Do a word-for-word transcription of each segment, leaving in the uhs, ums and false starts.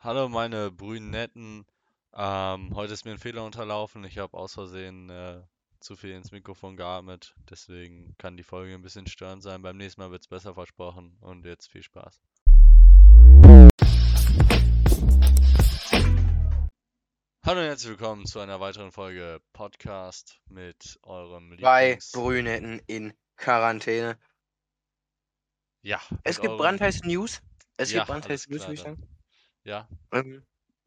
Hallo meine Brünetten. Ähm, heute ist mir ein Fehler unterlaufen. Ich habe aus Versehen äh, zu viel ins Mikrofon geatmet. Deswegen kann die Folge ein bisschen störend sein. Beim nächsten Mal wird es besser versprochen. Und jetzt viel Spaß. Hallo und herzlich willkommen zu einer weiteren Folge Podcast mit eurem Zwei Lieblings... Brünetten in Quarantäne. Ja, Es mit gibt eurem... brandheiße News. Es Ja, gibt brandheiße alles News, klar würde ich dann. sagen. Ja, Ähm,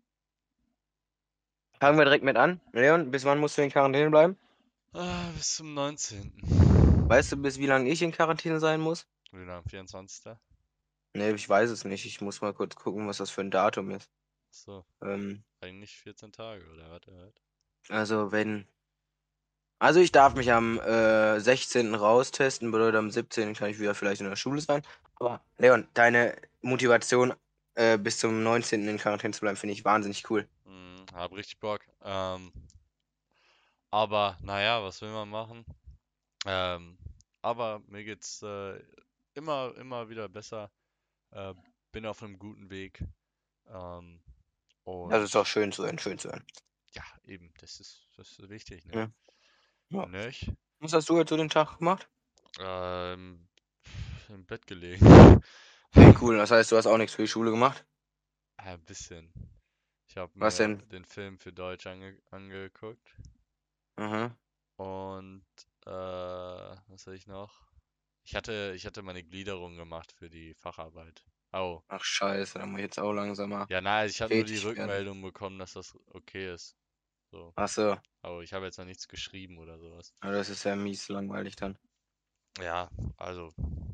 fangen wir direkt mit an. Leon, bis wann musst du in Quarantäne bleiben? ah, bis zum neunzehnten. Weißt du, bis wie lange ich in Quarantäne sein muss? Wieder am vierundzwanzigsten. Nee, ich weiß es nicht. Ich muss mal kurz gucken, was das für ein Datum ist. So, Ähm, eigentlich vierzehn Tage, oder was? Oder was? also wenn. Also ich darf mich am äh, sechzehnten raustesten, bedeutet am siebzehnten kann ich wieder vielleicht in der Schule sein. Aber Leon, deine Motivation, äh, bis zum neunzehnten in Quarantäne zu bleiben, finde ich wahnsinnig cool. Hm, hab richtig Bock. Ähm, aber naja, was will man machen? Ähm, aber mir geht's äh, immer, immer wieder besser. Äh, bin auf einem guten Weg. Ähm, Das ist doch und schön zu hören, schön zu hören. ja, eben, das ist, das ist wichtig, ne? Ja. Ja. Nicht? Was hast du heute so den Tag gemacht? Ähm, im Bett gelegen. Okay, cool. Das heißt, du hast auch nichts für die Schule gemacht? Ein bisschen. Ich habe Was mir denn? den Film für Deutsch ange angeguckt. Aha. Und äh, was soll ich noch? Ich hatte, ich hatte meine Gliederung gemacht für die Facharbeit. Oh. Ach scheiße, da muss ich jetzt auch langsam mal Ja, nein, ich habe nur die tätig werden. Rückmeldung bekommen, dass das okay ist. So. Ach so. Aber ich habe jetzt noch nichts geschrieben oder sowas. Aber das ist ja mies langweilig dann. Ja, also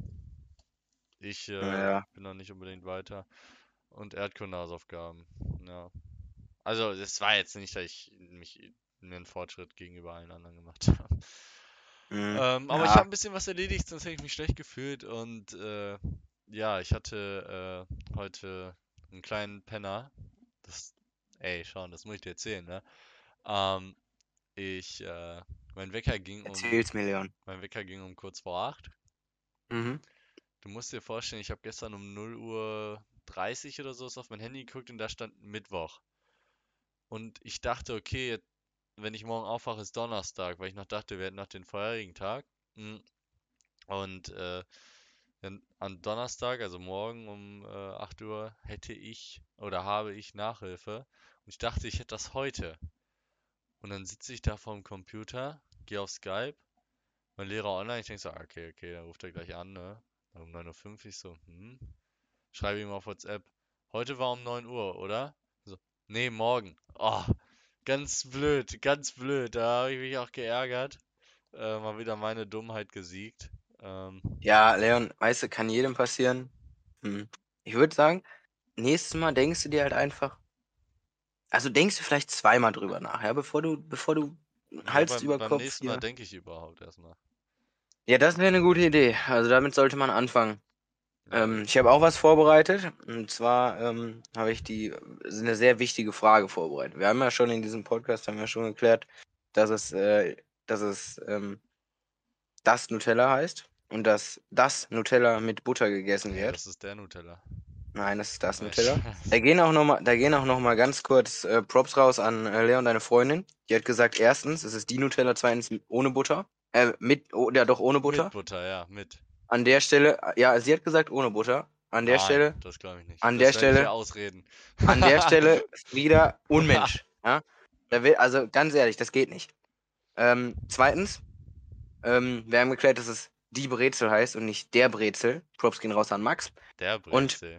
ich äh, Naja. bin noch nicht unbedingt weiter. Und Erdkundehausaufgaben. Ja. Also es war jetzt nicht, dass ich mich einen Fortschritt gegenüber allen anderen gemacht habe. Mhm. Ähm, aber ich Ja. habe ein bisschen was erledigt, sonst hätte ich mich schlecht gefühlt. Und äh, ja, ich hatte äh, heute einen kleinen Penner. Das, ey, schauen, das muss ich dir erzählen, ne? Ähm, ich, äh, mein Wecker ging um, Erzähl's mir, Leon. mein Wecker ging um kurz vor acht. Mhm. Du musst dir vorstellen, ich habe gestern um null Uhr dreißig oder so auf mein Handy geguckt und da stand Mittwoch. Und ich dachte, okay, jetzt, wenn ich morgen aufwache, ist Donnerstag, weil ich noch dachte, wir hätten noch den vorherigen Tag. Mm, Und äh, dann am Donnerstag, also morgen um äh, acht Uhr, hätte ich oder habe ich Nachhilfe. Und ich dachte, ich hätte das heute. Und dann sitze ich da vorm Computer, gehe auf Skype, mein Lehrer online, ich denke so, ah, okay, okay, dann ruft er gleich an, ne? Dann um neun Uhr fünf, ich so, hm, schreibe ihm auf WhatsApp, heute war um neun Uhr, oder? So, nee, morgen. Oh, ganz blöd, ganz blöd, da habe ich mich auch geärgert. Äh, mal wieder meine Dummheit gesiegt. Ähm, Ja, Leon, weißt du, kann jedem passieren. Hm. Ich würde sagen, nächstes Mal denkst du dir halt einfach. Also denkst du vielleicht zweimal drüber nach, ja, bevor du, bevor du ja, Hals beim, über beim Kopf nächsten Mal hier. denke ich überhaupt erstmal. Ja, das wäre eine gute Idee. Also damit sollte man anfangen. Ja, Ähm, ich eben. habe auch was vorbereitet. Und zwar ähm, habe ich die eine sehr wichtige Frage vorbereitet. Wir haben ja schon in diesem Podcast haben wir schon geklärt, dass es, äh, dass es ähm, das Nutella heißt und dass das Nutella mit Butter gegessen Nee, wird. das ist der Nutella. Nein, das ist das Nein, Nutella. Spaß. Da gehen auch noch mal, da gehen auch noch mal ganz kurz äh, Props raus an äh, Leon, deine Freundin. Die hat gesagt, erstens, es ist die Nutella, zweitens ohne Butter. Äh, mit, oh, ja doch ohne Mit Butter. Butter, ja, mit. An der Stelle, ja, sie hat gesagt ohne Butter. An der Nein, Stelle, das glaube ich nicht. an der Das werde ich ja Stelle, ausreden. an der Stelle wieder Unmensch. Ja? Da will, also ganz ehrlich, das geht nicht. Ähm, zweitens, ähm, wir haben geklärt, dass es die Brezel heißt und nicht der Brezel. Props gehen raus an Max. Der Und Brezel.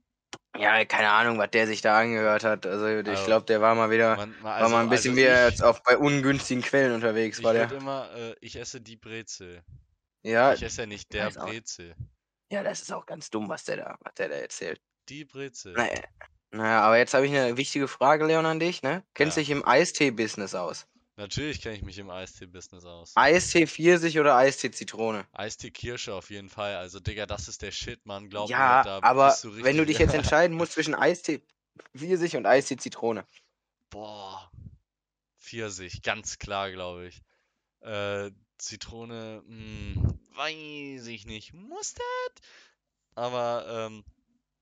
ja, keine Ahnung, was der sich da angehört hat. Also ich Also, glaube, der war mal wieder, man, man- war mal also, ein also bisschen wieder ich, jetzt auch bei ungünstigen Quellen unterwegs, war ich würde der. immer, äh, ich esse die Brezel. Ja, Ich esse ja nicht ich der weiß auch. Brezel. Ja, das ist auch ganz dumm, was der da, was der da erzählt. Die Brezel. Naja, naja, aber jetzt habe ich eine wichtige Frage, Leon, an dich, ne? Kennst du Ja. dich im Eistee-Business aus? Natürlich kenne ich mich im Eistee-Business aus. Eistee Pfirsich oder Eistee Zitrone? Eistee Kirsche auf jeden Fall. Also, Digga, das ist der Shit, Mann. Glaub mir, Ja, da aber bist du wenn du richtig. dich jetzt entscheiden musst zwischen Eistee Pfirsich und Eistee Zitrone. Boah, Pfirsich, ganz klar, glaube ich. Äh, Zitrone, hm, weiß ich nicht. Muss das? Aber, ähm,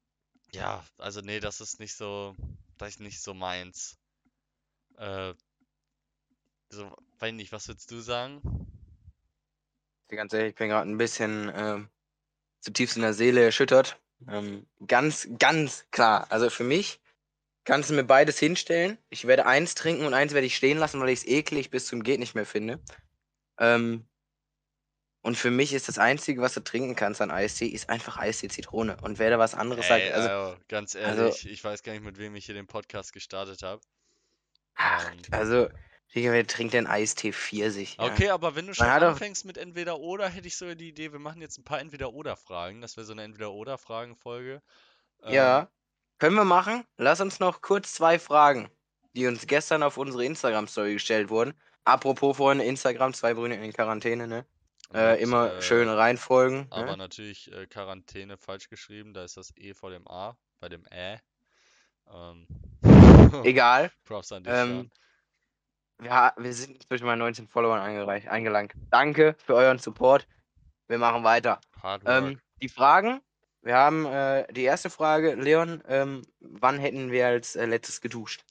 Ja, also nee, das ist nicht so, das ist nicht so meins. Äh, so, weiß nicht, was würdest du sagen? Ganz ehrlich, ich bin gerade ein bisschen ähm, zutiefst in der Seele erschüttert. Ähm, ganz, ganz klar. Also für mich kannst du mir beides hinstellen. Ich werde eins trinken und eins werde ich stehen lassen, weil ich es eklig bis zum geht nicht mehr finde. Ähm, und für mich ist das Einzige, was du trinken kannst an Eistee, ist einfach Eistee Zitrone. Und wer da was anderes sagt, Ey, also, also, ganz also, ehrlich, ich weiß gar nicht, mit wem ich hier den Podcast gestartet habe. ach, Ähm, also, Digga, wer trinkt denn Eistee Pfirsich, ja? okay, aber wenn du Man schon hat doch, anfängst mit entweder oder, hätte ich sogar die Idee, wir machen jetzt ein paar Entweder-oder-Fragen. Das wäre so eine Entweder-oder-Fragen-Folge. Ähm, ja, können wir machen. Lass uns noch kurz zwei Fragen, die uns gestern auf unsere Instagram-Story gestellt wurden. Apropos Freunde, Instagram, zwei Brüder in Quarantäne, ne? Äh, mit, immer schön äh, reinfolgen, aber ne? natürlich äh, Quarantäne falsch geschrieben. Da ist das E vor dem A, bei dem Ä. Ähm, Egal. Props an dich, Jan. Ähm, wir, ha- wir sind inzwischen bei neunzehn Followern eingereicht, eingelangt. Danke für euren Support. Wir machen weiter. Hard Ähm, work. die Fragen. Wir haben äh, die erste Frage, Leon, ähm, wann hätten wir als äh, letztes geduscht?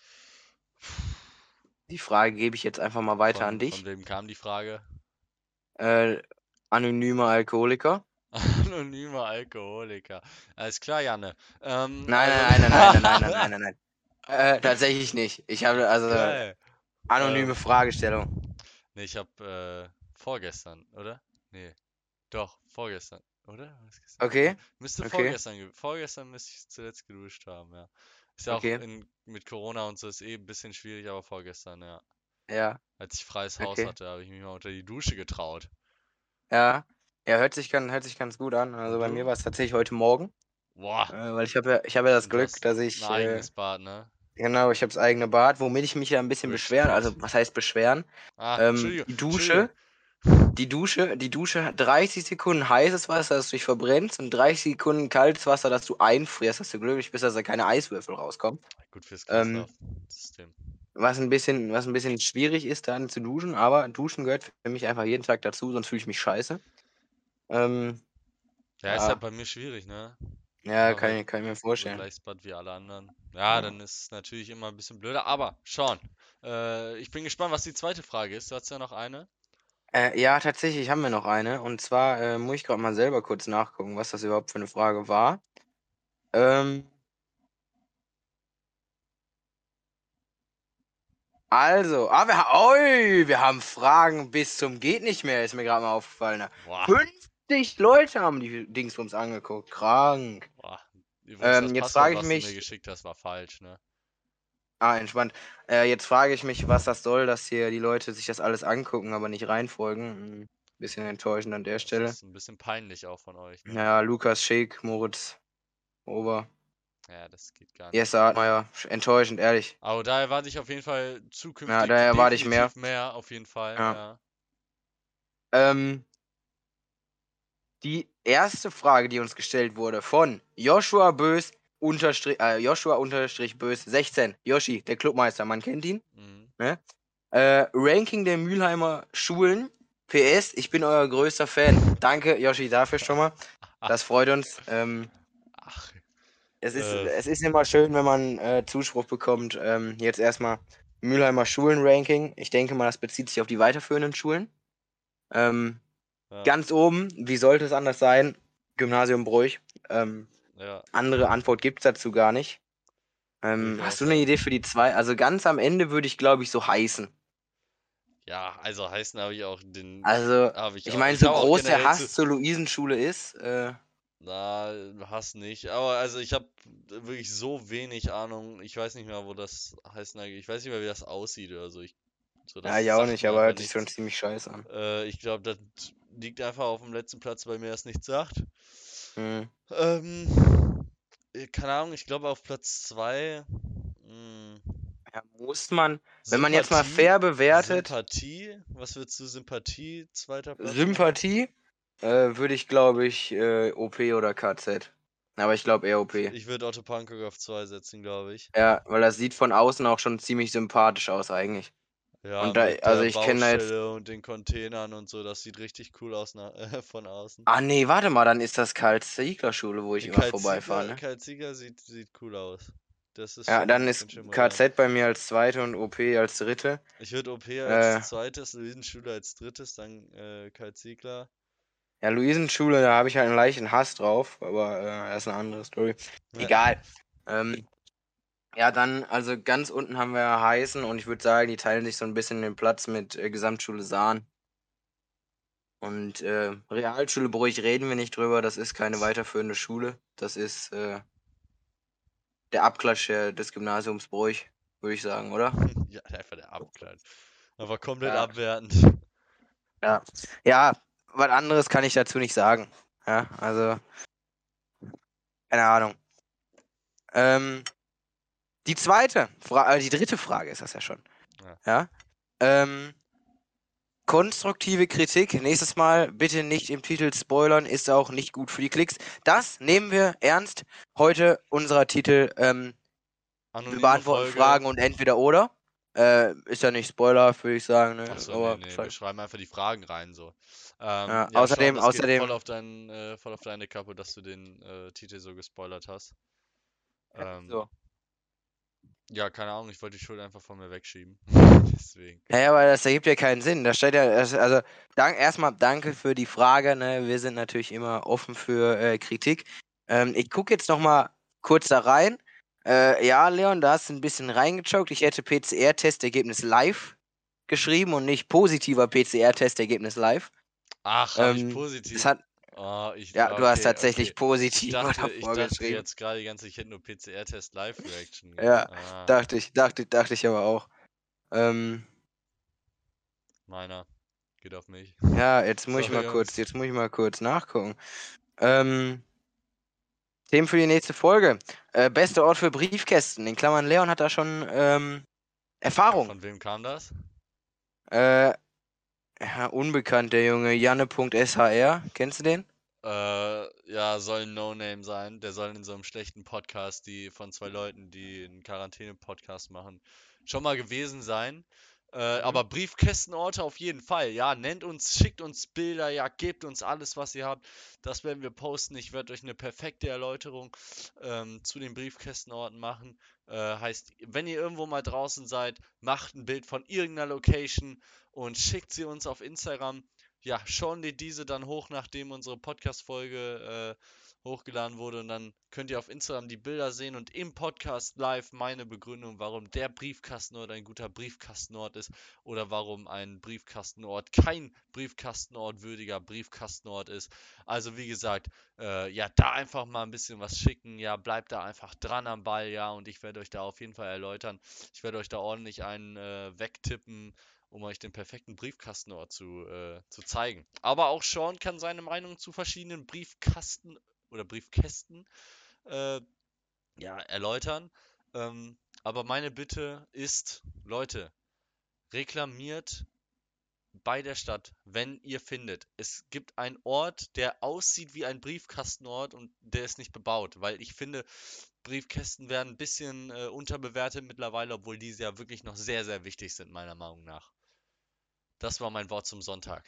Die Frage gebe ich jetzt einfach mal weiter an Von, von dich. wem kam die Frage? Äh, anonymer Alkoholiker. Anonymer Alkoholiker. Alles klar, Janne. Ähm, Nein, also. nein, nein, nein, nein, nein, nein, nein, nein, nein. Äh, tatsächlich nicht. Ich habe also Geil. anonyme Ähm, Fragestellung. nee, ich habe äh, vorgestern, oder? Nee, doch, vorgestern, oder? Was gestern? Okay, Müsste okay, vorgestern, ge- vorgestern müsste ich zuletzt geduscht haben, ja. Ist ja auch okay. in, mit Corona und so ist eh ein bisschen schwierig, aber vorgestern, ja. Ja, Als ich freies Haus okay. hatte, habe ich mich mal unter die Dusche getraut. Ja. Ja, hört sich, ganz, hört sich ganz gut an. Also Und bei du? mir war es tatsächlich heute Morgen. Boah, Äh, weil ich habe ja, ich habe ja das und du Glück, hast dass ein ich, äh, eigenes Bad, ne? genau, ich habe das eigene Bad, womit ich mich ja ein bisschen beschweren. Also, Respekt. was heißt beschweren? Ah, Ähm, Entschuldigung, die Entschuldigung. Dusche, die Dusche, die Dusche hat dreißig Sekunden heißes Wasser, das du dich verbrennst, und dreißig Sekunden kaltes Wasser, das du einfrierst, dass du glücklich bist, dass da keine Eiswürfel rauskommen. Gut fürs Ähm, Kreislaufsystem. was ein bisschen, was ein bisschen schwierig ist, dann zu duschen, aber Duschen gehört für mich einfach jeden Tag dazu, sonst fühle ich mich scheiße. Ähm, Ja, ist halt ja, bei mir schwierig, ne? Ich ja, habe kann halt ich, kann ich mir so vorstellen. gleiches Bad wie alle anderen. Ja, Ja. dann ist es natürlich immer ein bisschen blöder. Aber, Sean, äh, ich bin gespannt, was die zweite Frage ist. Du hast ja noch eine. Äh, ja, tatsächlich haben wir noch eine. Und zwar äh, muss ich gerade mal selber kurz nachgucken, was das überhaupt für eine Frage war. Ähm, also, ah, wir, ha- ui, wir haben Fragen bis zum geht nicht mehr, ist mir gerade mal aufgefallen. Ne? Boah, fünfzig Leute haben die Dingsbums angeguckt. Krank. boah. Übrigens, das Ähm, jetzt Passwort, frage ich was du mir mich, geschickt hast, war falsch, ne? ah, entspannt. Äh, jetzt frage ich mich, was das soll, dass hier die Leute sich das alles angucken, aber nicht reinfolgen. Hm, bisschen enttäuschend an der Das Stelle. ist ein bisschen peinlich auch von euch, ne? Ja, Lukas Schick, Moritz Ober, Ja, das geht gar nicht. Jesse Artmeier, enttäuschend, ehrlich. Aber da erwarte ich auf jeden Fall Ja, zukünftig da erwarte ich mehr. definitiv mehr, auf jeden Fall, Ja. ja. Ähm, die erste Frage, die uns gestellt wurde von Joshua Bös unterstrich, äh, Joshua unterstrich Bös sechzehn. Yoshi, der Clubmeister, man kennt ihn. Mhm. Ne? Äh, Ranking der Mülheimer Schulen. P S, ich bin euer größter Fan. Danke, Yoshi, dafür schon mal. Das freut uns. Ähm, Ach, es ist, äh, es ist immer schön, wenn man äh, Zuspruch bekommt. Ähm, jetzt erstmal Mülheimer Schulen-Ranking. Ich denke mal, das bezieht sich auf die weiterführenden Schulen. Ähm, ja, Ganz oben, wie sollte es anders sein? Gymnasium Broich. Ähm, ja, andere Antwort gibt es dazu gar nicht. würde Ähm, ich auch hast du eine sagen. Idee für die zwei? Also ganz am Ende würde ich, glaube ich, so heißen. Ja, also heißen habe ich auch den, Also, habe ich ich auch. meine, Ich so habe auch groß der generell zu, Hass zur Luisenschule ist, äh, na, Hass nicht. Aber also ich habe wirklich so wenig Ahnung. Ich weiß nicht mehr, wo das heißt. Ich weiß nicht mehr, wie das aussieht oder so. Ich, so, ja, das ich auch sagt nicht, mir aber einfach hört sich schon nichts. ziemlich scheiße an. Äh, ich glaube, das liegt einfach auf dem letzten Platz, weil mir das nichts sagt. Hm. Ähm, äh, keine Ahnung, ich glaube auf Platz zwei. Mh, Ja, muss man, wenn man jetzt mal Sympathie. fair bewertet, Sympathie. Was würdest du Sympathie? Zweiter Platz machen? Sympathie, äh, würde ich, glaube ich, äh, O P oder K Z. Aber ich glaube eher Ich, O P. ich würde Otto Punkrock auf zwei setzen, glaube ich. Ja, weil das sieht von außen auch schon ziemlich sympathisch aus eigentlich. Ja, Und da, mit also der ich kenne da jetzt. Baustelle und den Containern und so, das sieht richtig cool aus nach, äh, von außen. Ah nee, warte mal, dann ist das Karl-Ziegler-Schule, wo ich immer Kai vorbeifahre, Ziegler, ne? Kai Ziegler sieht, sieht cool aus. Das ist Ja, dann schon, ist schon schön K modern. Z bei mir als zweite und O P als dritte. Ich würde O P als Äh, zweites, Luisenschule als drittes, dann äh, Kai Ziegler. ja, Luisenschule, da habe ich halt einen leichten Hass drauf, aber äh, das ist eine andere Story. Egal. Ähm, ja, dann, also ganz unten haben wir Heißen und ich würde sagen, die teilen sich so ein bisschen den Platz mit äh, Gesamtschule Sahn. Und äh, Realschule Bruch reden wir nicht drüber, das ist keine weiterführende Schule. Das ist äh, der Abklatsch äh, des Gymnasiums Bruch, würde ich sagen, oder? Ja, einfach der Abklatsch. Aber komplett Ja. abwertend. Ja. Ja, was anderes kann ich dazu nicht sagen. Ja, also, keine Ahnung. Ähm, die zweite, Fra äh, die dritte Frage ist das ja schon. Ja. Ja. Ähm, konstruktive Kritik, nächstes Mal bitte nicht im Titel spoilern, ist auch nicht gut für die Klicks. Das nehmen wir ernst. Heute unserer Titel, ähm, wir Anonyme beantworten Folge. Fragen und entweder oder. Äh, ist ja nicht Spoiler, würde ich sagen. Ne? Achso, nee, Aber nee, ist wir halt- schreiben einfach die Fragen rein so. Ähm, ja, ja, Sean, außerdem, das geht voll außerdem, auf, dein, äh, voll auf deine Kappe, dass du den äh, Titel so gespoilert hast. Ähm, so. ja, keine Ahnung, ich wollte die Schuld einfach von mir wegschieben. Deswegen. Naja, aber das ergibt ja keinen Sinn. Da steht ja, das- also dank, erstmal danke für die Frage. Ne? Wir sind natürlich immer offen für äh, Kritik. Ähm, ich gucke jetzt noch mal kurz da rein. Äh, ja, Leon, da hast du ein bisschen reingechoked. Ich hätte P C R-Testergebnis live geschrieben und nicht positiver P C R-Testergebnis live. Ach, habe ich Ähm, positiv. das hat, Oh, ich, ja, ah, du hast okay, tatsächlich okay. Ich positiv dachte, ich davor dachte geschrieben. jetzt gerade die ganze Zeit, ich hätte nur P C R-Test Live-Reaction. Ja, Ah, dachte ich, dachte, dachte ich aber auch. Ähm, meiner. Geht auf mich. ja, jetzt muss ich Sorry, mal kurz, Jungs. jetzt muss ich mal kurz nachgucken. Ähm, Themen für die nächste Folge. Äh, bester Ort für Briefkästen. In Klammern, Leon hat da schon ähm, Erfahrung. Von wem kam das? Äh, ja, unbekannt, der Junge. Janne.shr. Kennst du den? Äh, ja, soll ein No-Name sein. Der soll in so einem schlechten Podcast, die von zwei Leuten, die einen Quarantäne-Podcast machen, schon mal gewesen sein. Äh, Mhm. aber Briefkästenorte auf jeden Fall. Ja, nennt uns, schickt uns Bilder, ja, gebt uns alles, was ihr habt. Das werden wir posten. Ich werde euch eine perfekte Erläuterung ähm, zu den Briefkästenorten machen. Äh, heißt, wenn ihr irgendwo mal draußen seid, macht ein Bild von irgendeiner Location und schickt sie uns auf Instagram. Ja, schauen wir diese dann hoch, nachdem unsere Podcast-Folge äh, hochgeladen wurde. Und dann könnt ihr auf Instagram die Bilder sehen und im Podcast live meine Begründung, warum der Briefkastenort ein guter Briefkastenort ist oder warum ein Briefkastenort kein Briefkastenort würdiger Briefkastenort ist. Also wie gesagt, äh, ja, da einfach mal ein bisschen was schicken. Ja, bleibt da einfach dran am Ball, ja, und ich werde euch da auf jeden Fall erläutern. Ich werde euch da ordentlich einen äh, wegtippen, um euch den perfekten Briefkastenort zu, äh, zu zeigen. Aber auch Sean kann seine Meinung zu verschiedenen Briefkasten oder Briefkästen äh, ja, erläutern. Ähm, aber meine Bitte ist, Leute, reklamiert bei der Stadt, wenn ihr findet, es gibt einen Ort, der aussieht wie ein Briefkastenort und der ist nicht bebaut, weil ich finde, Briefkästen werden ein bisschen äh, unterbewertet mittlerweile, obwohl diese ja wirklich noch sehr, sehr wichtig sind, meiner Meinung nach. Das war mein Wort zum Sonntag.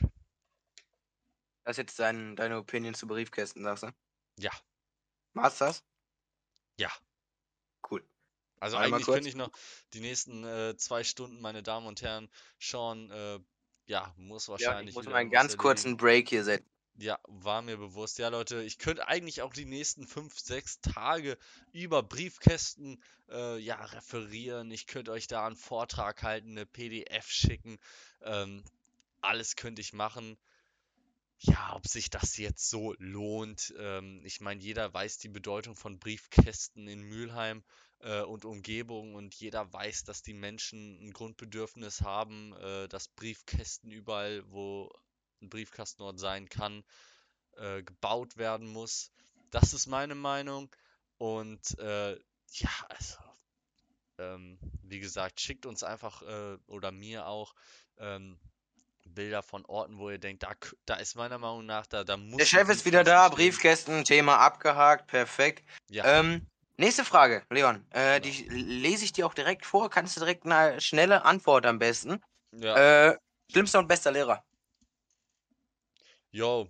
Das ist jetzt dein, deine Opinion zu Briefkästen, sagst du? Ja, War's das? ja. Cool. Also Warte mal eigentlich kurz. könnte ich noch die nächsten äh, zwei Stunden, meine Damen und Herren, Sean, äh, ja, muss Ja, ich wahrscheinlich muss wieder mal einen irgendwas ganz erledigen. kurzen Break hier setzen. Ja, war mir bewusst. Ja, Leute, ich könnte eigentlich auch die nächsten fünf, sechs Tage über Briefkästen äh, ja, referieren. Ich könnte euch da einen Vortrag halten, eine P D F schicken. Ähm, alles könnte ich machen. Ja, ob sich das jetzt so lohnt. Ähm, ich meine, jeder weiß die Bedeutung von Briefkästen in Mülheim äh, und Umgebung und jeder weiß, dass die Menschen ein Grundbedürfnis haben, äh, dass Briefkästen überall, wo ein Briefkastenort sein kann, äh, gebaut werden muss. Das ist meine Meinung. Und äh, ja, also, ähm, wie gesagt, schickt uns einfach äh, oder mir auch ähm, Bilder von Orten, wo ihr denkt, da, k- da ist meiner Meinung nach, da, da Der muss ein Chef ist wieder Briefkasten da, stehen. Briefkästen, Thema abgehakt, perfekt. Ja, Ähm, nächste Frage, Leon. Äh, genau. die lese ich dir auch direkt vor. Kannst du direkt eine schnelle Antwort am besten. Ja. Äh, schlimmster und bester Lehrer. Yo.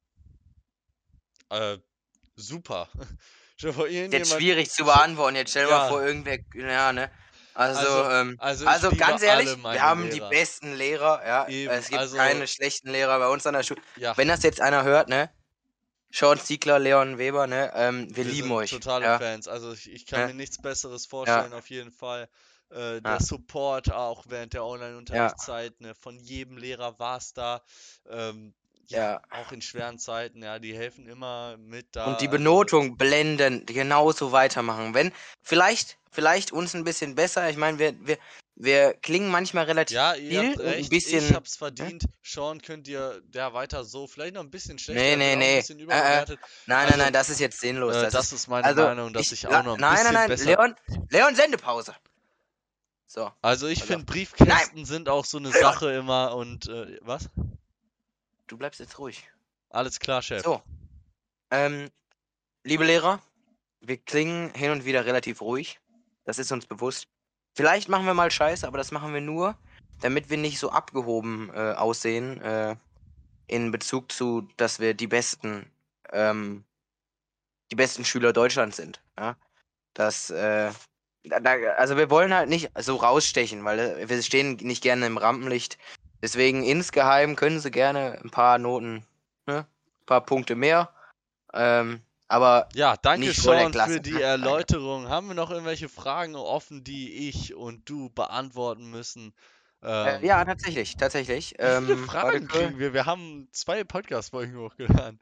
Äh, super. Stell dir vor, Ist jetzt irgendjemand. schwierig zu st- beantworten. Jetzt stell dir mal vor, Ja, irgendwer, ja, ne? Also, also, ähm, also ich also ganz liebe alle ehrlich, wir meine haben die Lehrer. besten Lehrer, ja. Eben, Es gibt also, keine schlechten Lehrer bei uns an der Schule. ja, Wenn das jetzt einer hört, ne? Sean Ziegler, Leon Weber, ne? Ähm, wir wir lieben sind euch, totale ja, Fans. Also ich, ich kann ne? mir nichts Besseres Ja, vorstellen, auf jeden Fall. Äh, der ja, Support auch während der ja, Online-Unterrichtszeit, ne, von jedem Lehrer war es da. Ähm, ja, ja. auch in schweren Zeiten, ja, die helfen immer mit Und da. die Also, Benotung blenden, genauso weitermachen. Wenn, vielleicht, vielleicht uns ein bisschen besser. Ich meine, wir, wir, wir klingen manchmal relativ ja, ihr still habt und ein recht, ich bisschen. hab's Ne? verdient. Sean könnt ihr ja weiter so, vielleicht noch ein bisschen schlechter, Nee, er wird nee, auch ein nee. bisschen Äh, äh. überbewertet. Nein, nein, Also, nein, das ist jetzt sinnlos. äh, Das das ist. ist meine Also, Meinung, dass ich. ich auch La, noch ein nein, nein, bisschen nein. besser. Leon, Leon, Sendepause. So, Also ich pass auf. finde, Nein, Briefkästen sind auch so eine Leon, Sache immer und äh, was? du bleibst jetzt ruhig. Alles klar, Chef. So, ähm, liebe Lehrer, wir klingen hin und wieder relativ ruhig. Das ist uns bewusst. Vielleicht machen wir mal Scheiße, aber das machen wir nur, damit wir nicht so abgehoben äh, aussehen äh, in Bezug zu, dass wir die besten, ähm, die besten Schüler Deutschlands sind. Ja? Das, äh, da, da- also wir wollen halt nicht so rausstechen, weil äh, wir stehen nicht gerne im Rampenlicht. Deswegen insgeheim können sie gerne ein paar Noten, ne? Ein paar Punkte mehr. Ähm, aber Ja, danke nicht vor der Sean für Klasse. die Ne? Danke. Erläuterung. Haben wir noch irgendwelche Fragen offen, die ich und du beantworten müssen? Äh, ja, Ähm, tatsächlich, tatsächlich. wie viele Ähm, warte Fragen kurz. kriegen wir? Wir haben zwei Podcast-Folgen hochgeladen.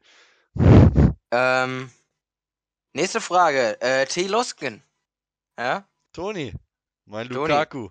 Ähm, nächste Frage. Äh, T. Losken. Ja, Toni, mein Toni. Lukaku.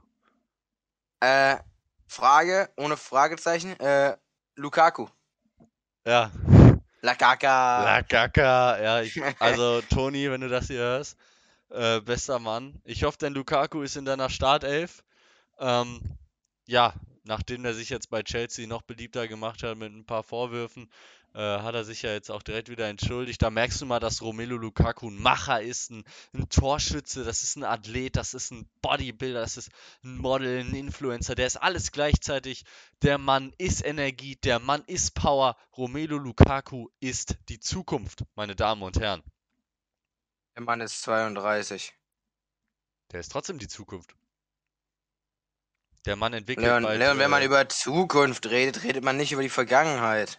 Äh, Frage ohne Fragezeichen. Äh, Lukaku. Ja, La Kaka. La Kaka. Ja, ich, also Toni, wenn du das hier hörst, äh, bester Mann. Ich hoffe, dein Lukaku ist in deiner Startelf. Ähm, ja, nachdem er sich jetzt bei Chelsea noch beliebter gemacht hat mit ein paar Vorwürfen, äh, hat er sich ja jetzt auch direkt wieder entschuldigt. Da merkst du mal, dass Romelu Lukaku ein Macher ist, ein, ein Torschütze, das ist ein Athlet, das ist ein Bodybuilder, das ist ein Model, ein Influencer, der ist alles gleichzeitig. Der Mann ist Energie, der Mann ist Power. Romelu Lukaku ist die Zukunft, meine Damen und Herren. Der Mann ist zweiunddreißig. Der ist trotzdem die Zukunft. Der Mann entwickelt Leon, bald. Leon, wenn man Äh, über Zukunft redet, redet man nicht über die Vergangenheit.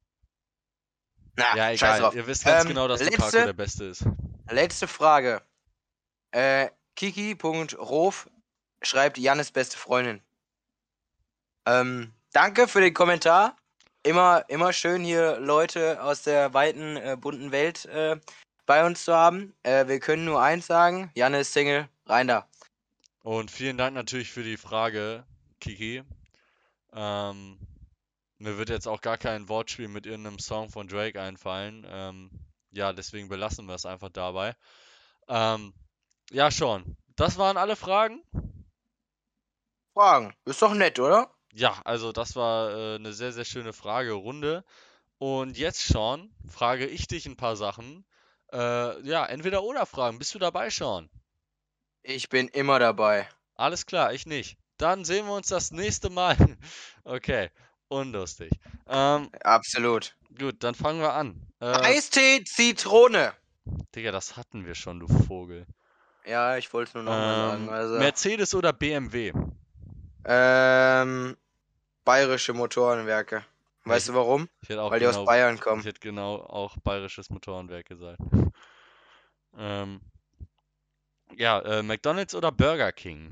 Na, ja, scheiß egal. drauf. Ihr wisst ganz Ähm, genau, dass Lukaku letzte, der Beste ist. letzte Frage. Äh, Kiki.rof schreibt Jannes beste Freundin. Ähm, danke für den Kommentar. Immer, immer schön hier Leute aus der weiten, äh, bunten Welt äh, bei uns zu haben. Äh, wir können nur eins sagen: Janne ist Single, rein da. Und vielen Dank natürlich für die Frage, Kiki. Ähm, mir wird jetzt auch gar kein Wortspiel mit irgendeinem Song von Drake einfallen. Ähm, ja, deswegen belassen wir es einfach dabei. Ähm, ja, Sean, das waren alle Fragen. Fragen. Ist doch nett, oder? Ja, also das war äh, eine sehr, sehr schöne Fragerunde. Und jetzt, Sean, frage ich dich ein paar Sachen. Äh, ja, entweder oder Fragen. Bist du dabei, Sean? Ich bin immer dabei. Alles klar, ich nicht. Dann sehen wir uns das nächste Mal. Okay, unlustig. Ähm, Absolut. gut, dann fangen wir an. Äh, Eistee, Zitrone. Digga, das hatten wir schon, du Vogel. Ja, ich wollte es nur nochmal sagen. Ähm, Also, Mercedes oder B M W? ähm, bayerische Motorenwerke. Ja, Weißt ich, du warum? ich hätte auch Weil die aus genau, Bayern ich kommen. hätte genau auch bayerisches Motorenwerk gesagt. Ähm, ja, äh, McDonald's oder Burger King?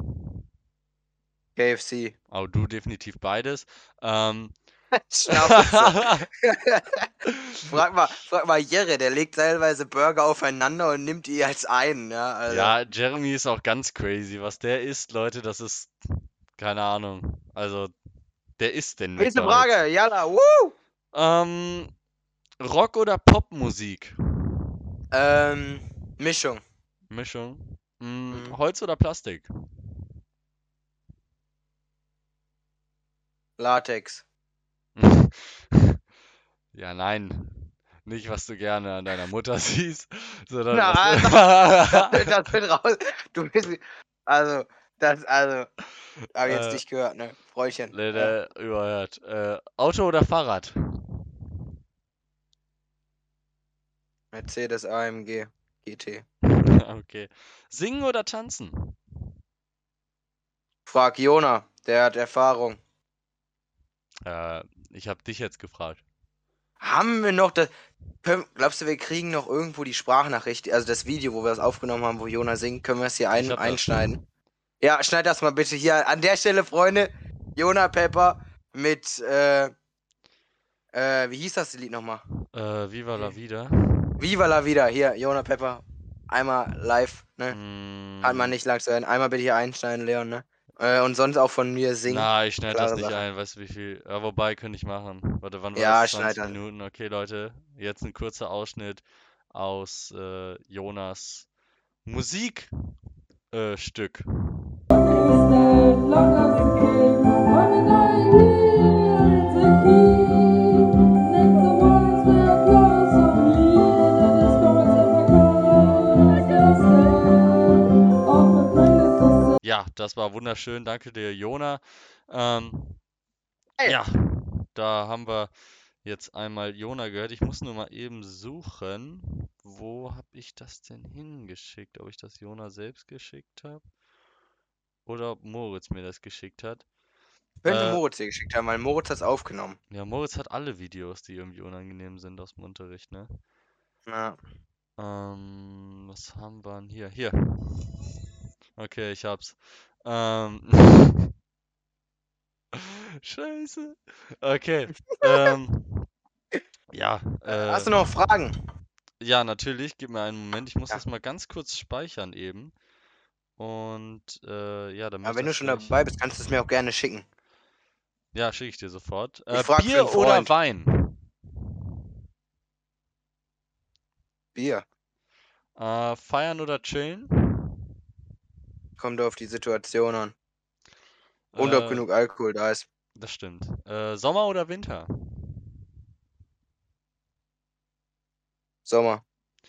K F C. Oh, du definitiv beides. Ähm, Schnauze. Frag mal, frag mal Jerre, der legt teilweise Burger aufeinander und nimmt die als einen, ja, also. ja, Jeremy ist auch ganz crazy. Was der isst, Leute, das ist keine Ahnung. Also, der isst den Nächste McDonald's. Frage, yalla, woo! Ähm, Rock- oder Popmusik? Ähm, Mischung. Mischung. Hm, Hm. Holz oder Plastik? Latex. Ja, nein. Nicht, was du gerne an deiner Mutter siehst, sondern Na, was. das, das wird raus. Du bist, also, Das, also, habe ich jetzt Äh, nicht gehört, ne? Bräuchen. nee, Ja. nee, überhört. Äh, Auto oder Fahrrad? Mercedes A M G G T. Okay. Singen oder tanzen? Frag Jona, der hat Erfahrung. Äh, ich habe dich jetzt gefragt. Haben wir noch das. Können, glaubst du, wir kriegen noch irgendwo die Sprachnachricht, also das Video, wo wir das aufgenommen haben, wo Jona singt, können wir es hier Ich ein, hab das. einschneiden? Ja, schneid das mal bitte hier an der Stelle, Freunde. Jona Pepper mit, äh, äh, wie hieß das Lied nochmal? Äh, Viva la Vida. Viva la Vida. Hier, Jona Pepper. Einmal live, ne? Hat man Mm, nicht lang zu hören. Einmal bitte hier einschneiden, Leon, ne? Äh, und sonst auch von mir singen. na, ich schneide das Klare nicht Sache. ein. Weißt du, wie viel? Ja, wobei, könnte ich machen. Warte, wann war Ja, das? schneid zwanzig das. Minuten. Okay, Leute. Jetzt ein kurzer Ausschnitt aus äh, Jonas Musikstück. Äh, Stück. Ja, das war wunderschön. Danke dir, Jona. Ähm, Hey. ja, da haben wir jetzt einmal Jona gehört. Ich muss nur mal eben suchen. Wo habe ich das denn hingeschickt? Ob ich das Jona selbst geschickt habe? Oder ob Moritz mir das geschickt hat? Könnte Äh, Moritz dir geschickt haben, weil Moritz hat's aufgenommen. ja, Moritz hat alle Videos, die irgendwie unangenehm sind aus dem Unterricht, ne? Ja. Ähm, was haben wir denn hier? Hier. Okay, ich hab's. Ähm. Scheiße. Okay. Ähm. Ja, Äh, hast äh. du noch Fragen? Ja, natürlich. Gib mir einen Moment. Ich muss Ja. das mal ganz kurz speichern eben. Und äh, ja, damit Aber ich wenn du das schon gleich. dabei bist, kannst du es mir auch gerne schicken. Ja, schicke ich dir sofort. Ich Äh, frag für einen Bier oder Freund. Wein? Bier. Äh, feiern oder chillen? Kommt auf die Situation an. Und ob Äh, genug Alkohol da ist. das stimmt. Äh, Sommer oder Winter? Sommer.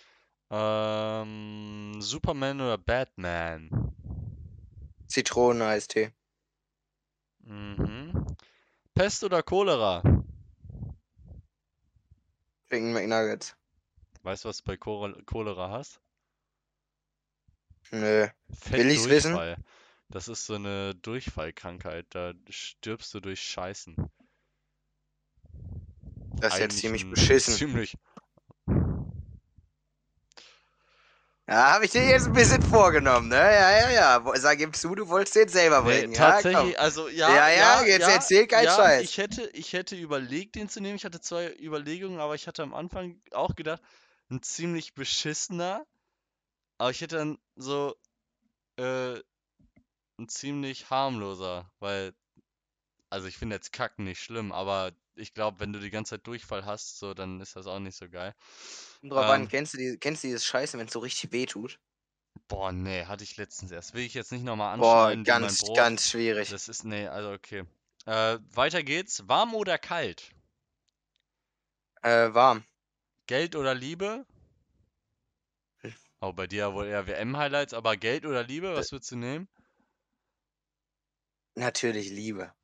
Ähm, Superman oder Batman? Zitroneneistee. Mhm. Pest oder Cholera? Chicken McNuggets. Weißt du, was du bei Chol- Cholera hast? Nö. Will ich's wissen? Fettdurchfall. Das ist so eine Durchfallkrankheit. Da stirbst du durch Scheißen. Das ist jetzt Eigentlich ziemlich ein beschissen. ziemlich. Ja, habe ich dir jetzt ein bisschen vorgenommen, ne? Ja, ja, ja. Wo- Sag ihm zu, du wolltest den selber Nee, bringen. Ja, komm. tatsächlich, also ja, Ja, ja, ja, jetzt ja, erzähl keinen ja, Scheiß. ich hätte, ich hätte überlegt, den zu nehmen. Ich hatte zwei Überlegungen, aber ich hatte am Anfang auch gedacht, ein ziemlich beschissener. Aber ich hätte dann so äh, ein ziemlich harmloser, weil, also ich finde jetzt Kacken nicht schlimm, aber ich glaube, wenn du die ganze Zeit Durchfall hast, so, dann ist das auch nicht so geil. Kommt drauf an, Ähm, kennst du, die, kennst du dieses Scheiße, wenn es so richtig weh tut? boah, nee, hatte ich letztens erst. Will ich jetzt nicht nochmal Boah, anschneiden wie mein ganz, Brot. ganz schwierig. Das ist, nee, also okay. Äh, weiter geht's. Warm oder kalt? Äh, warm. Geld oder Liebe? Oh, bei dir ja wohl eher W M-Highlights, aber Geld oder Liebe, D- was würdest du nehmen? Natürlich Liebe.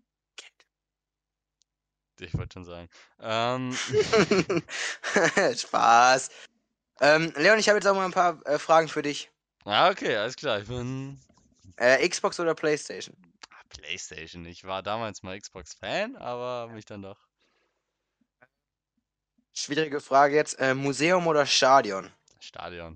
Ich wollte schon sagen. Ähm, Spaß. Ähm, Leon, ich habe jetzt auch mal ein paar äh, Fragen für dich. ah, okay, alles klar. Ich bin Äh, Xbox oder PlayStation? ah, PlayStation. Ich war damals mal Xbox-Fan, aber mich dann doch. Schwierige Frage jetzt. Äh, Museum oder Stadion? Stadion.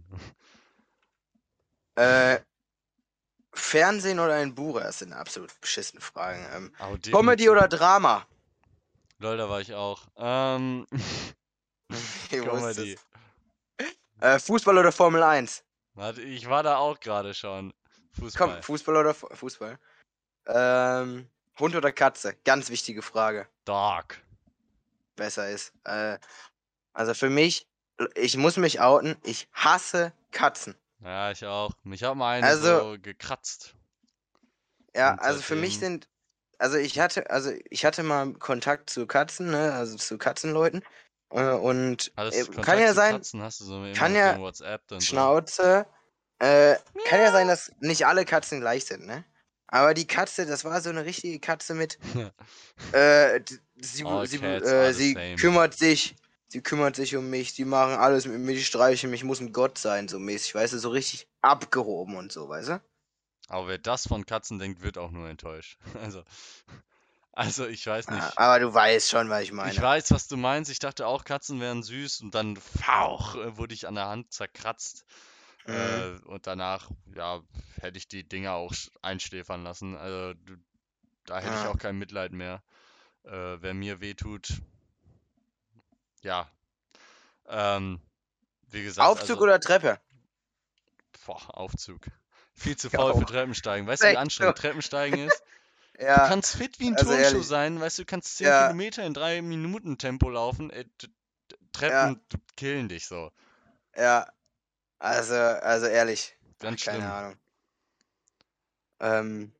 Äh, Fernsehen oder ein Buch? Das sind absolut beschissene Fragen. Ähm, Oh, Comedy definitiv. oder Drama? Lol, da war ich auch. Ähm, Ich wusste Comedy. es. Äh, Fußball oder Formel eins? Warte, ich war da auch gerade schon. Komm, Fußball. Fußball oder Fu- Fußball? Ähm, Hund oder Katze? Ganz wichtige Frage. Dog. Besser ist. Äh, also für mich, ich muss mich outen, ich hasse Katzen. Ja, ich auch. Mich hat mal eine Also, so gekratzt. ja, Und also für mich seitdem. sind, also ich hatte, also ich hatte mal Kontakt zu Katzen, ne, also zu Katzenleuten. Äh, und äh, Hattest du kann Kontakt ja zu sein, Katzen? Hast du so immer kann mit ja denen WhatsApp und so? Schnauze, Äh, kann ja sein, dass nicht alle Katzen gleich sind, ne? Aber die Katze, das war so eine richtige Katze mit, äh, d- sie, All sie, cats are äh, the sie same. kümmert sich, sie kümmert sich um mich, die machen alles mit mir, die streichen mich, muss ein Gott sein, so mäßig, weißt du, so richtig abgehoben und so, weißt du? Aber wer das von Katzen denkt, wird auch nur enttäuscht. Also, also ich weiß Ah, nicht. aber du weißt schon, was ich Ich meine. weiß, was du meinst. Ich dachte auch, Katzen wären süß und dann fauch, äh, wurde ich an der Hand zerkratzt. Mhm. Äh, und danach, ja, hätte ich die Dinger auch sch- einschläfern lassen. Also du, da hätte ich Ja. auch kein Mitleid mehr. Äh, wer mir wehtut, ja. Ähm, wie gesagt, Aufzug also, oder Treppe? boah, Aufzug. Viel zu Ich faul für auch. Treppensteigen. Weißt du, wie Echt so. anstrengend Treppensteigen ist? Du Ja, kannst fit wie ein also Turnschuh ehrlich. sein, weißt du, du kannst zehn Ja, Kilometer in drei Minuten Tempo laufen. Ey, t- t- ja, Treppen t- killen dich so. ja. Also, also ehrlich. Ach, Ganz keine schlimm. Ahnung. Ähm,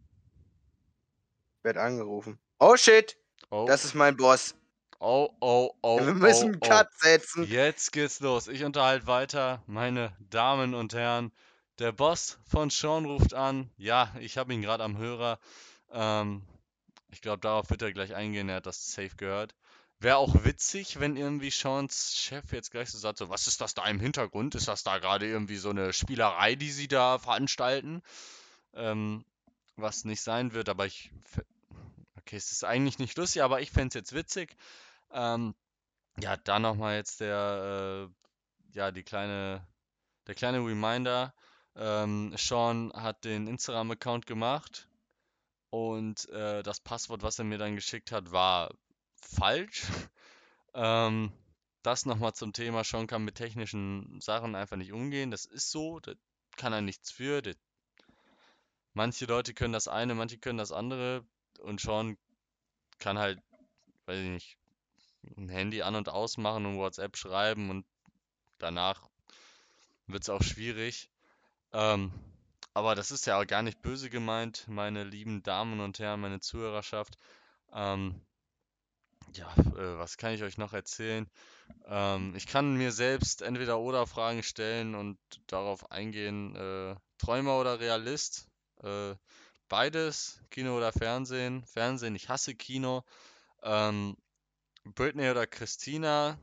werd angerufen. Oh shit! Oh, Das ist mein Boss. oh, oh, oh, Wir oh, müssen einen oh. Cut setzen. Jetzt geht's los. Ich unterhalte weiter, meine Damen und Herren. Der Boss von Sean ruft an. Ja, ich habe ihn gerade am Hörer. Ähm, ich glaube, darauf wird er gleich eingehen. Er hat das safe gehört. Wäre auch witzig, wenn irgendwie Seans Chef jetzt gleich so sagt, so, was ist das da im Hintergrund? Ist das da gerade irgendwie so eine Spielerei, die sie da veranstalten? Ähm, was nicht sein wird, aber ich, f- okay, es ist eigentlich nicht lustig, aber ich fände es jetzt witzig. Ähm, ja, da nochmal jetzt der, äh, ja, die kleine, der kleine Reminder. Ähm, Sean hat den Instagram-Account gemacht und äh, das Passwort, was er mir dann geschickt hat, war falsch. Ähm, das nochmal zum Thema, Sean kann mit technischen Sachen einfach nicht umgehen. Das ist so, da kann er nichts für. Der, manche Leute können das eine, manche können das andere. Und Sean kann halt, weiß ich nicht, ein Handy an- und ausmachen und WhatsApp schreiben und danach wird es auch schwierig. Ähm, aber das ist ja auch gar nicht böse gemeint, meine lieben Damen und Herren, meine Zuhörerschaft. Ähm, ja, äh, was kann ich euch noch erzählen? Ähm, ich kann mir selbst entweder oder Fragen stellen und darauf eingehen, äh, Träumer oder Realist? Äh, beides, Kino oder Fernsehen. Fernsehen, ich hasse Kino. Ähm, Britney oder Christina?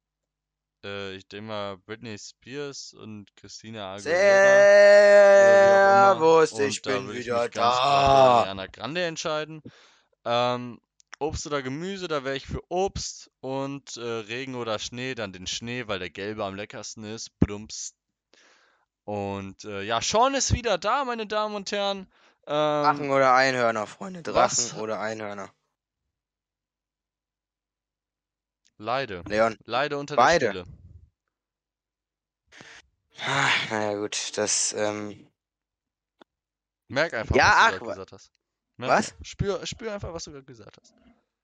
Äh, ich denke mal Britney Spears und Christina Aguilera oder wie auch immer. Servus, ich Und da bin würde ich wieder mich ganz klar für da. Ariana Grande entscheiden. Ähm, Obst oder Gemüse, da wäre ich für Obst. Und äh, Regen oder Schnee, dann den Schnee, weil der gelbe am leckersten ist. Blumps. Und äh, ja, Sean ist wieder da, meine Damen und Herren. Ähm, Drachen oder Einhörner, Freunde. Drachen was? oder Einhörner. Leide. Leon, Leide unter der beide. Stille. Ah, naja, gut, das, ähm. Merk einfach, was du Ja, gerade ach, wa- gesagt hast. Merk was? einfach. Spür, spür einfach, was du gerade gesagt hast.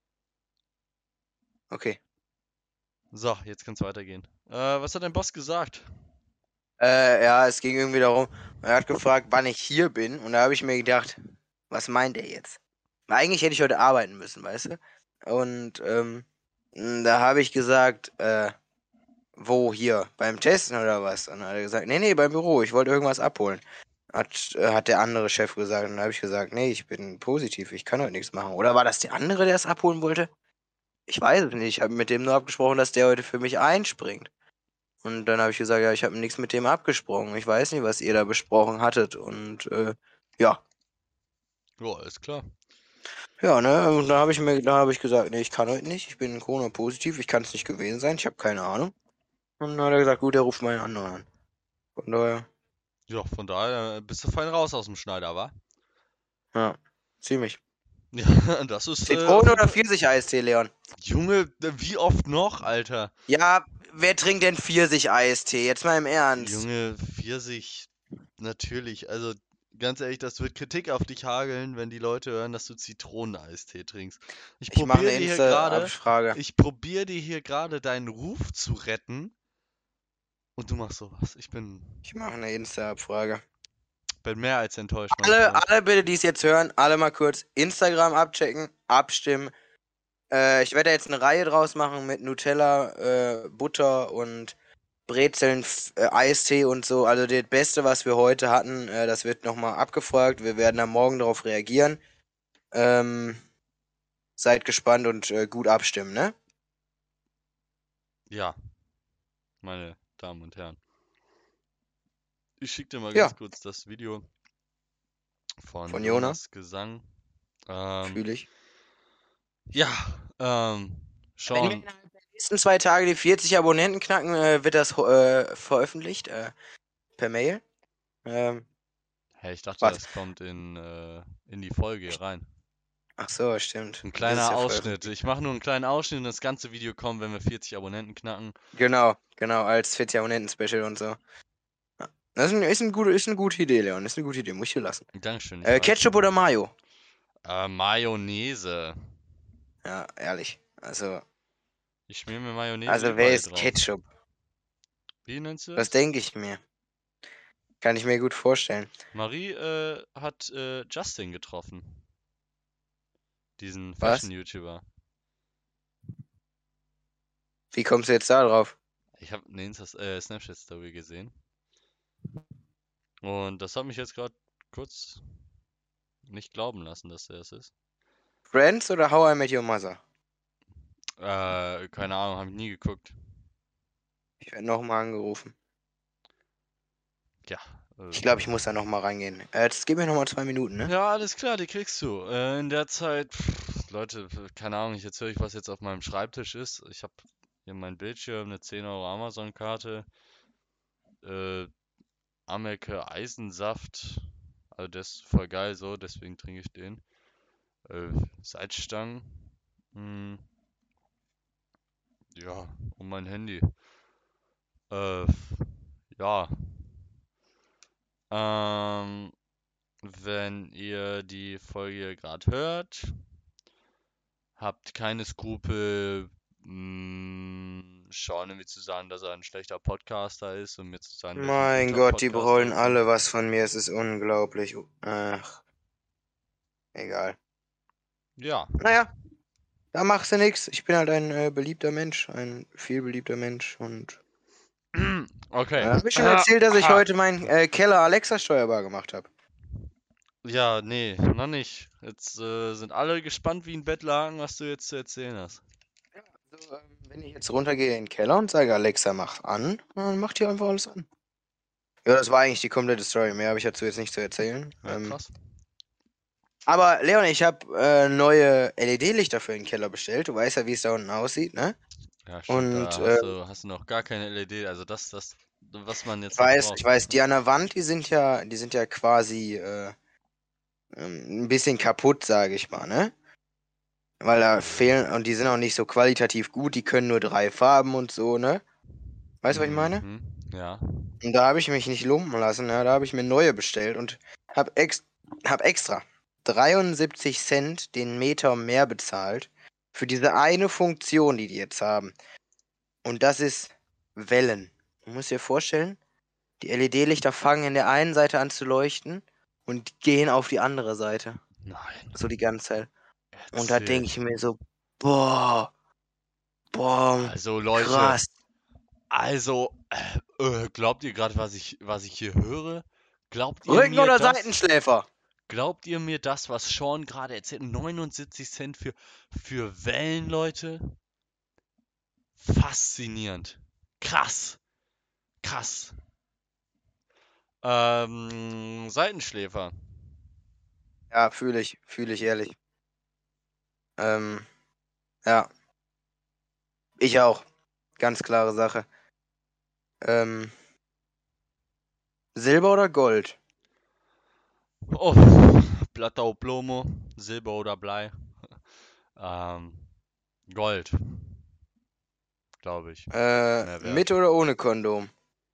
Okay. So, jetzt kann es weitergehen. Äh, was hat dein Boss gesagt? Äh, ja, es ging irgendwie darum, er hat gefragt, wann ich hier bin. Und da habe ich mir gedacht, was meint er jetzt? Weil eigentlich hätte ich heute arbeiten müssen, weißt du? Und ähm, m, da habe ich gesagt, äh, wo hier? Beim Testen oder was? Und dann hat er gesagt, nee, nee, beim Büro, ich wollte irgendwas abholen. Hat, äh, hat der andere Chef gesagt. Und dann habe ich gesagt, nee, ich bin positiv, ich kann heute nichts machen. Oder war das der andere, der es abholen wollte? Ich weiß es nicht. Ich habe mit dem nur abgesprochen, dass der heute für mich einspringt. Und dann habe ich gesagt, ja, ich habe nichts mit dem abgesprochen. Ich weiß nicht, was ihr da besprochen hattet. Und äh, ja. Ja, alles klar. Ja, ne? Und dann habe ich mir, dann habe ich gesagt, nee, ich kann heute nicht. Ich bin Corona-positiv. Ich kann es nicht gewesen sein. Ich habe keine Ahnung. Und dann hat er gesagt, gut, er ruft meinen anderen an. Von daher, Ja, von daher bist du fein raus aus dem Schneider, wa? ja, ziemlich. Ja, das ist äh, auf Zitrone jeden oder Fall. Pfirsich-Eistee, Leon? Junge, wie oft noch, Alter? Ja, wer trinkt denn Pfirsich-Eistee? Jetzt mal im Ernst. Junge, Pfirsich, natürlich. Also, ganz ehrlich, das wird Kritik auf dich hageln, wenn die Leute hören, dass du Zitroneneistee trinkst. Ich Ich mache probiere eine dir hier gerade, Insta-Abfrage. ich probiere dir hier gerade deinen Ruf zu retten und du machst sowas. Ich bin, Ich mache eine Insta-Abfrage. bin mehr als enttäuscht, mein Alle, Freund. alle bitte, die es jetzt hören, alle mal kurz Instagram abchecken, abstimmen. Äh, ich werde jetzt eine Reihe draus machen mit Nutella, äh, Butter und Brezeln, F- äh, Eistee und so. Also das Beste, was wir heute hatten, äh, das wird nochmal abgefragt. Wir werden am Morgen darauf reagieren. Ähm, seid gespannt und äh, gut abstimmen, ne? Ja, meine Damen und Herren. Ich schicke dir mal Ja, ganz kurz das Video von von Jona, Jonas Gesang. Ähm, fühle ich. ja, ähm, Wenn wir Sean, innerhalb der nächsten zwei Tage die vierzig Abonnenten knacken, äh, wird das äh, veröffentlicht äh, per Mail. Ähm, hey, ich dachte, was? das kommt in, äh, in die Folge hier rein. Ach so, stimmt. Ein Dann ist es kleiner ja Ausschnitt. veröffentlicht. Ich mache nur einen kleinen Ausschnitt und das ganze Video kommt, wenn wir vierzig Abonnenten knacken. Genau, genau, als vierzig Abonnenten-Special und so. Ja. Das ist, ein, ist, ein gute, ist eine gute Idee, Leon. Ist eine gute Idee, muss ich dir lassen. Dankeschön, ich Äh, weiß. Ketchup oder Mayo? Äh, Mayonnaise. Ja, ehrlich. Also, Ich schmier mir Mayonnaise also wer überall ist drauf. Ketchup? Wie nennst du Was das? denke ich mir? Kann ich mir gut vorstellen. Marie äh, hat äh, Justin getroffen. Diesen Was? Fashion-YouTuber. Wie kommst du jetzt da drauf? Ich habe eine Insta äh, Snapchat-Story gesehen. Und das hat mich jetzt gerade kurz nicht glauben lassen, dass er es ist. Friends oder How I Met Your Mother? Äh, keine Ahnung, habe ich nie geguckt. Ich werde nochmal angerufen. Ja. Äh, Ich glaube, ich muss da nochmal reingehen. Äh, jetzt gib mir nochmal zwei Minuten, ne? ja, alles klar, die kriegst du. Äh, in der Zeit, pff, Leute, keine Ahnung, ich erzähle euch, was jetzt auf meinem Schreibtisch ist. Ich habe hier mein Bildschirm, eine zehn Euro Amazon-Karte, äh, Ameke Eisensaft. Also der ist voll geil so, deswegen trinke ich den. Äh, Salzstangen. Hm, ja, und mein Handy. Äh, ja. Ähm, wenn ihr die Folge gerade hört, habt keine Skrupel, mh, Sean irgendwie zu sagen, dass er ein schlechter Podcaster ist und mir zu sagen, dass ich ein Mein guter Gott, die Podcaster brollen bin. alle was von mir. Es ist unglaublich. Ach, egal. Ja. Naja, da machst du nix. Ich bin halt ein äh, beliebter Mensch. Ein viel beliebter Mensch. Und äh, Okay. habe ich schon Ah, erzählt, dass ich ah. heute meinen äh, Keller Alexa steuerbar gemacht habe? Ja, nee, noch nicht. Jetzt äh, sind alle gespannt wie ein Bettlaken, was du jetzt zu erzählen hast. Also, ähm, wenn ich jetzt runtergehe in den Keller und sage, Alexa, mach an, dann macht die einfach alles an. Ja, das war eigentlich die komplette Story. Mehr habe ich dazu jetzt nicht zu erzählen. Ja, Ähm, krass. aber Leon, ich habe äh, neue L E D-Lichter für den Keller bestellt. Du weißt ja, wie es da unten aussieht, ne? Ja, stimmt, Und da äh, hast du, hast du noch gar keine L E D. Also das, das, was man ich jetzt noch weiß, ich braucht. weiß, die an der Wand, die sind ja, die sind ja quasi äh, ähm, ein bisschen kaputt, sage ich mal, ne? Weil da fehlen, und die sind auch nicht so qualitativ gut, die können nur drei Farben und so, ne? Weißt du, was ich meine? Mhm, ja. Und da habe ich mich nicht lumpen lassen, ja, da habe ich mir neue bestellt und habe ex hab extra dreiundsiebzig Cent den Meter mehr bezahlt für diese eine Funktion, die die jetzt haben. Und das ist Wellen. Du musst dir vorstellen, die L E D-Lichter fangen in der einen Seite an zu leuchten und gehen auf die andere Seite. Nein. So die ganze Zeit. Und da Erzähl. denke ich mir so, boah, boah, Also Leute, krass. also äh, äh, glaubt ihr gerade, was ich, was ich hier höre? Glaubt ihr Rücken- mir oder das? Seitenschläfer? Glaubt ihr mir das, was Sean gerade erzählt? neunundsiebzig Cent für, für Wellen, Leute? Faszinierend. Krass. Krass. Ähm, Seitenschläfer. Ja, fühle ich, fühle ich ehrlich. Ähm, ja, ich auch. Ganz klare Sache. Ähm, Silber oder Gold? Oh, Plata o Plomo, Silber oder Blei. Ähm, Gold, glaube ich. Ist Äh, mehr mit wert. oder ohne Kondom?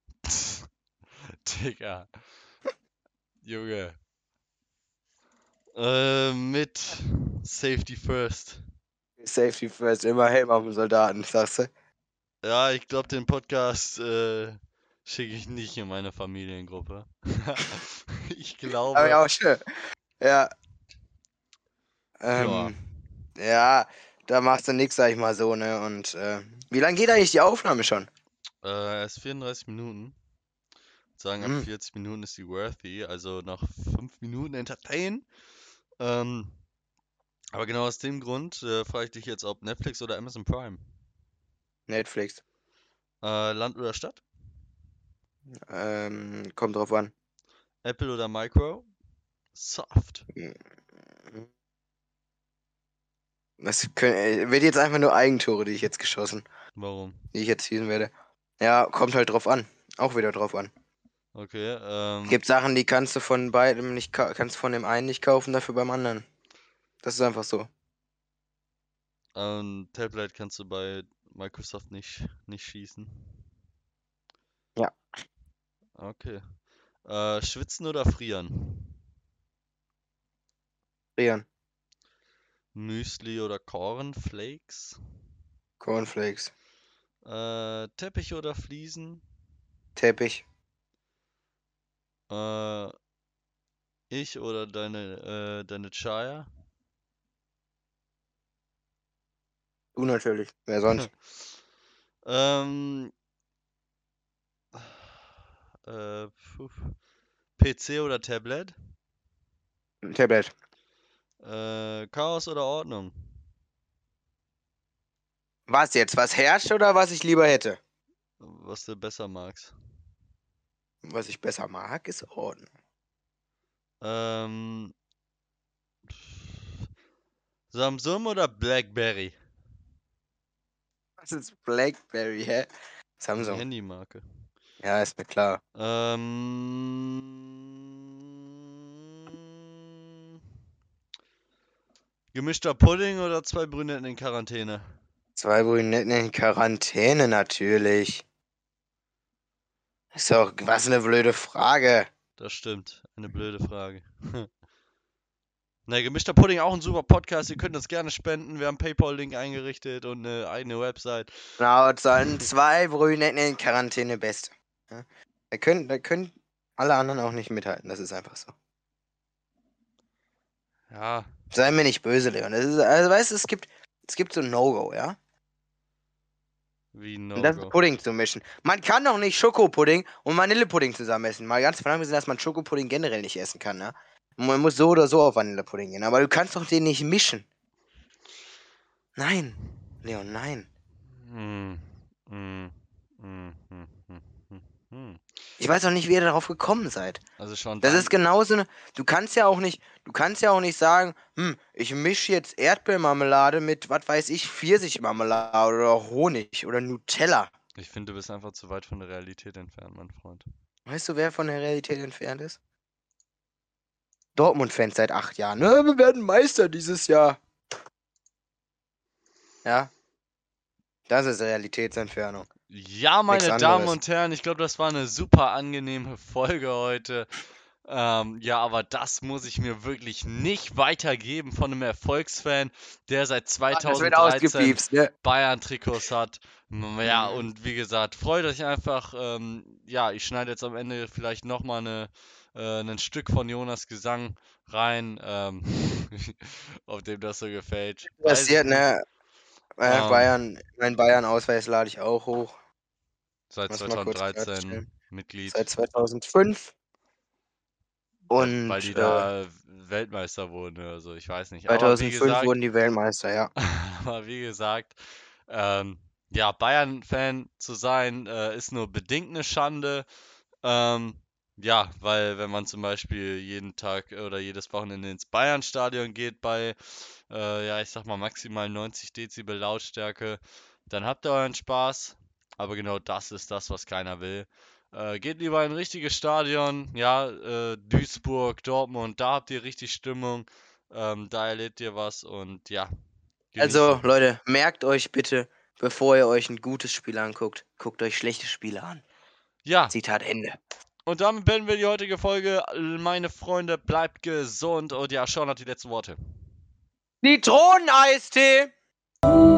Digga. Junge. Äh, mit Safety First. Safety first, immer Helm auf dem Soldaten, sagst du? Ja, ich glaube, den Podcast äh, schicke ich nicht in meine Familiengruppe. Ich Aber glaube, ja auch schön. Ja, ja, ähm, ja, da machst du nix, sag ich mal so, ne? Und, äh, wie lange geht eigentlich die Aufnahme schon? Äh, erst vierunddreißig Minuten. Sagen, ab Hm. vierzig Minuten ist die worthy, also nach fünf Minuten entertain. Ähm, aber genau aus dem Grund äh, frage ich dich jetzt, ob Netflix oder Amazon Prime. Netflix. Äh, Land oder Stadt? Ähm, kommt drauf an. Apple oder Micro? Soft. Hm. Das können, äh, wird jetzt einfach nur Eigentore, die ich jetzt geschossen, Warum? die ich jetzt schießen werde. Ja, kommt halt drauf an. Auch wieder drauf an. Okay, ähm, Gibt Sachen, die kannst du von beidem nicht, ka- kannst von dem einen nicht kaufen, dafür beim anderen. Das ist einfach so. ähm, Tablet kannst du bei Microsoft nicht, nicht schießen. Ja. Okay. Äh, schwitzen oder frieren? Rian. Müsli oder Cornflakes? Cornflakes. Äh, Teppich oder Fliesen? Teppich. Äh, ich oder deine, äh, deine Chaya? Du natürlich. Wer sonst? ähm, äh, puh. P C oder Tablet? Tablet. Äh, Chaos oder Ordnung? Was jetzt? Was herrscht oder was ich lieber hätte? Was du besser magst. Was ich besser mag, ist Ordnung. Ähm, Samsung oder Blackberry? Was ist Blackberry, hä? Die Samsung. Handymarke. Ja, ist mir klar. Ähm, gemischter Pudding oder zwei Brünetten in Quarantäne? Zwei Brünetten in Quarantäne natürlich. Ist doch, was eine blöde Frage. Das stimmt. Eine blöde Frage. Na, gemischter Pudding auch ein super Podcast. Ihr könnt uns gerne spenden. Wir haben einen PayPal-Link eingerichtet und eine eigene Website. Laut sollen zwei Brünetten in Quarantäne best. Ja? Da können, da können alle anderen auch nicht mithalten. Das ist einfach so. Ja, Sei mir nicht böse, Leon. Das ist, also weißt du, es gibt, es gibt so ein No-Go, ja? wie ein Und das ist No-Go. Pudding zu mischen. Man kann doch nicht Schokopudding und Vanillepudding zusammen essen. Mal ganz von abgesehen, dass man Schokopudding generell nicht essen kann, ne? Man muss so oder so auf Vanillepudding gehen. Aber du kannst doch den nicht mischen. Nein. Leon, nein. Hm. Hm. Hm. Hm. Hm. Hm. Hm. Ich weiß auch nicht, wie ihr darauf gekommen seid. Also schon Das dein. ist genauso eine. Du kannst ja auch nicht, du kannst ja auch nicht sagen, hm, ich mische jetzt Erdbeermarmelade mit, was weiß ich, Pfirsichmarmelade oder Honig oder Nutella. Ich finde, du bist einfach zu weit von der Realität entfernt, mein Freund. Weißt du, wer von der Realität entfernt ist? Dortmund-Fans seit acht Jahren. Ne, wir werden Meister dieses Jahr. Ja. Das ist Realitätsentfernung. Ja, Nichts meine Damen anderes. und Herren, ich glaube, das war eine super angenehme Folge heute. Ähm, ja, aber das muss ich mir wirklich nicht weitergeben von einem Erfolgsfan, der seit Das wird zweitausenddreizehn ausgepiepst, ne? Bayern-Trikots hat. M- Ja, Mhm. und wie gesagt, freut euch einfach. Ähm, ja, ich schneide jetzt am Ende vielleicht nochmal eine, äh, ein Stück von Jonas Gesang rein, ähm, auf dem das so gefällt. Weiß ich Passiert, nicht. ne? Äh, Ähm, Bayern, mein Bayern-Ausweis lade ich auch hoch. seit Muss mal kurz zweitausenddreizehn klarstellen. Seit Mitglied, zweitausendfünf. ja, weil die Und äh, da Weltmeister wurden oder so, ich weiß nicht. Aber wie zweitausendfünf gesagt, wurden die Weltmeister, ja. aber wie gesagt, ähm, ja, Bayern-Fan zu sein, äh, ist nur bedingt eine Schande. Ähm, ja, weil wenn man zum Beispiel jeden Tag oder jedes Wochenende ins Bayern-Stadion geht bei, äh, ja, ich sag mal maximal neunzig Dezibel Lautstärke, dann habt ihr euren Spaß. Aber genau das ist das, was keiner will. Äh, geht lieber in ein richtiges Stadion, ja, äh, Duisburg, Dortmund, da habt ihr richtig Stimmung, ähm, da erlebt ihr was und ja, genießt Also, es. Leute, merkt euch bitte, bevor ihr euch ein gutes Spiel anguckt, guckt euch schlechte Spiele an. Ja, Zitat Ende. und damit beenden wir die heutige Folge. Meine Freunde, bleibt gesund und ja, Sean hat die letzten Worte. Zitroneneistee!